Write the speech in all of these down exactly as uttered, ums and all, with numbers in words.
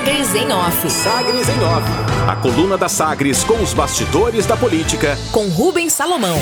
Sagres em Off. Sagres em Off. A coluna da Sagres com os bastidores da política. Com Rubens Salomão.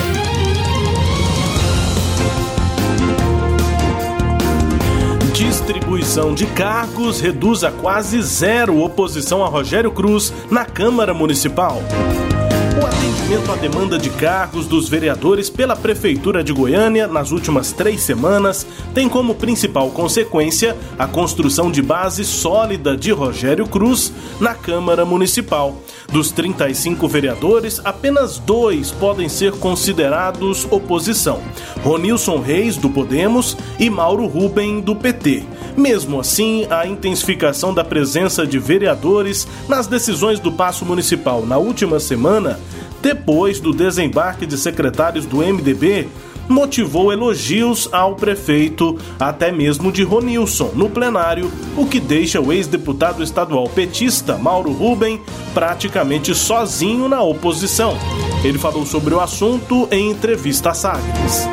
Distribuição de cargos reduz a quase zero oposição a Rogério Cruz na Câmara Municipal. O atendimento à demanda de cargos dos vereadores pela Prefeitura de Goiânia nas últimas três semanas tem como principal consequência a construção de base sólida de Rogério Cruz na Câmara Municipal. Dos trinta e cinco vereadores, apenas dois podem ser considerados oposição: Ronilson Reis, do Podemos, e Mauro Rubem, do P T. Mesmo assim, a intensificação da presença de vereadores nas decisões do Paço Municipal na última semana, depois do desembarque de secretários do M D B, motivou elogios ao prefeito, até mesmo de Ronilson, no plenário, o que deixa o ex-deputado estadual petista Mauro Rubem praticamente sozinho na oposição. Ele falou sobre o assunto em entrevista à Sagres.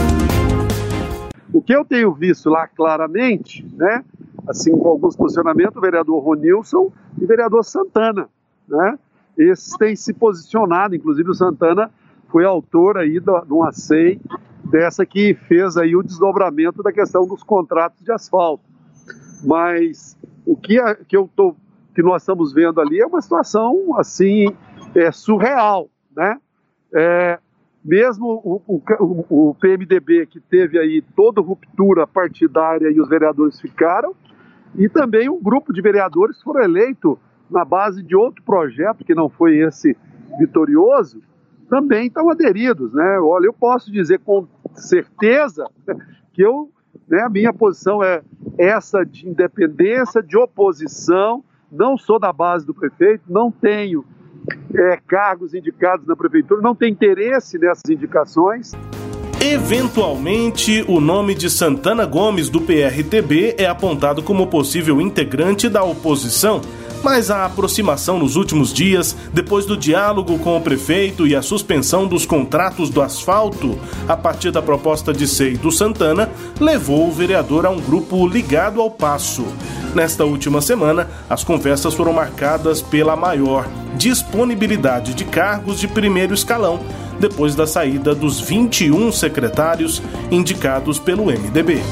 O que eu tenho visto lá claramente, né, assim com alguns posicionamentos, o vereador Ronilson e o vereador Santana, né, esses têm se posicionado, inclusive o Santana foi autor aí de uma C E I dessa que fez aí o desdobramento da questão dos contratos de asfalto. Mas o que, a, que, eu tô, que nós estamos vendo ali é uma situação assim, é, surreal, né? É, mesmo o, o, o P M D B, que teve aí toda ruptura partidária e os vereadores ficaram, e também um grupo de vereadores que foram eleitos na base de outro projeto, que não foi esse vitorioso, também estão aderidos, né? Olha, eu posso dizer com certeza que eu, né, a minha posição é essa de independência, de oposição, não sou da base do prefeito, não tenho é, cargos indicados na prefeitura, não tenho interesse nessas indicações. Eventualmente, o nome de Santana Gomes, do P R T B, é apontado como possível integrante da oposição, mas a aproximação nos últimos dias, depois do diálogo com o prefeito e a suspensão dos contratos do asfalto, a partir da proposta de C E I do Santana, levou o vereador a um grupo ligado ao Paço. Nesta última semana, as conversas foram marcadas pela maior disponibilidade de cargos de primeiro escalão, depois da saída dos vinte e um secretários indicados pelo M D B.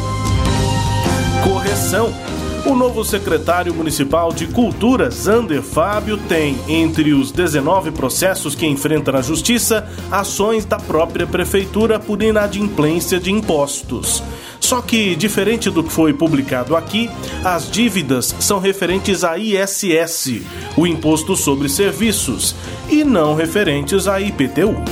Correção. O novo secretário municipal de Cultura, Zander Fábio, tem, entre os dezenove processos que enfrenta na Justiça, ações da própria Prefeitura por inadimplência de impostos. Só que, diferente do que foi publicado aqui, as dívidas são referentes a I S S, o Imposto sobre Serviços, e não referentes a I P T U.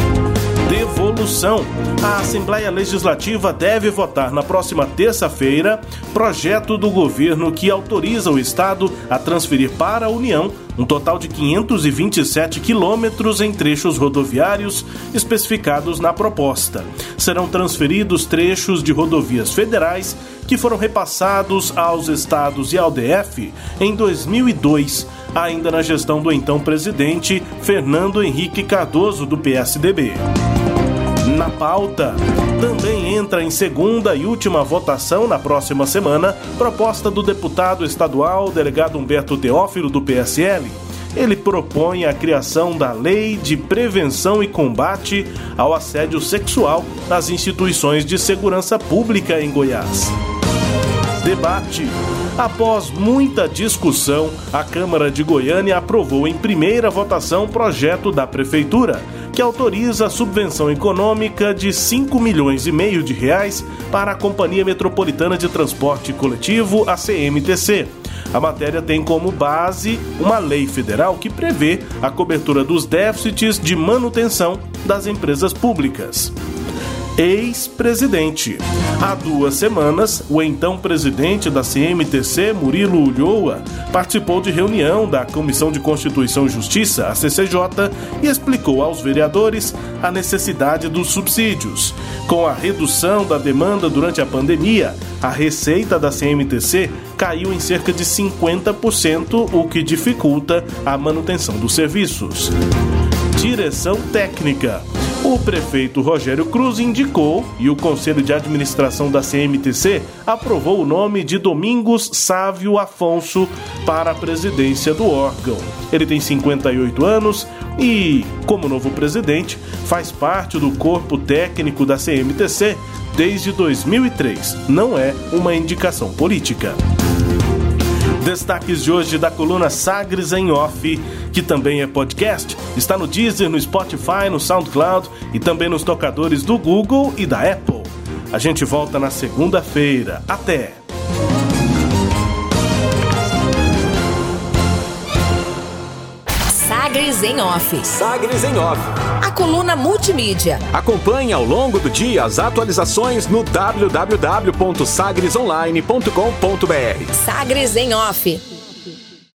Devolução. A Assembleia Legislativa deve votar na próxima terça-feira projeto do governo que autoriza o Estado a transferir para a União um total de quinhentos e vinte e sete quilômetros em trechos rodoviários especificados na proposta. Serão transferidos trechos de rodovias federais que foram repassados aos estados e ao D F em dois mil e dois, ainda na gestão do então presidente Fernando Henrique Cardoso, do P S D B. Na pauta, também entra em segunda e última votação na próxima semana proposta do deputado estadual delegado Humberto Teófilo, do P S L. Ele propõe a criação da Lei de Prevenção e Combate ao Assédio Sexual nas instituições de segurança pública em Goiás. Debate. Após muita discussão, a Câmara de Goiânia aprovou em primeira votação o projeto da Prefeitura, que autoriza a subvenção econômica de cinco milhões e meio de reais para a Companhia Metropolitana de Transporte Coletivo, a C M T C. A matéria tem como base uma lei federal que prevê a cobertura dos déficits de manutenção das empresas públicas. Ex-presidente. Há duas semanas, o então presidente da C M T C, Murilo Ulloa, participou de reunião da Comissão de Constituição e Justiça, a C C J, e explicou aos vereadores a necessidade dos subsídios. Com a redução da demanda durante a pandemia, a receita da C M T C caiu em cerca de cinquenta por cento, o que dificulta a manutenção dos serviços. Direção técnica. O prefeito Rogério Cruz indicou e o Conselho de Administração da C M T C aprovou o nome de Domingos Sávio Afonso para a presidência do órgão. Ele tem cinquenta e oito anos e, como novo presidente, faz parte do corpo técnico da C M T C desde dois mil e três. Não é uma indicação política. Destaques de hoje da coluna Sagres em Off, que também é podcast, está no Deezer, no Spotify, no SoundCloud e também nos tocadores do Google e da Apple. A gente volta na segunda-feira. Até! Sagres em Off. Sagres em Off. A coluna multimídia. Acompanhe ao longo do dia as atualizações no w w w ponto sagres online ponto com ponto b r. Sagres em Off.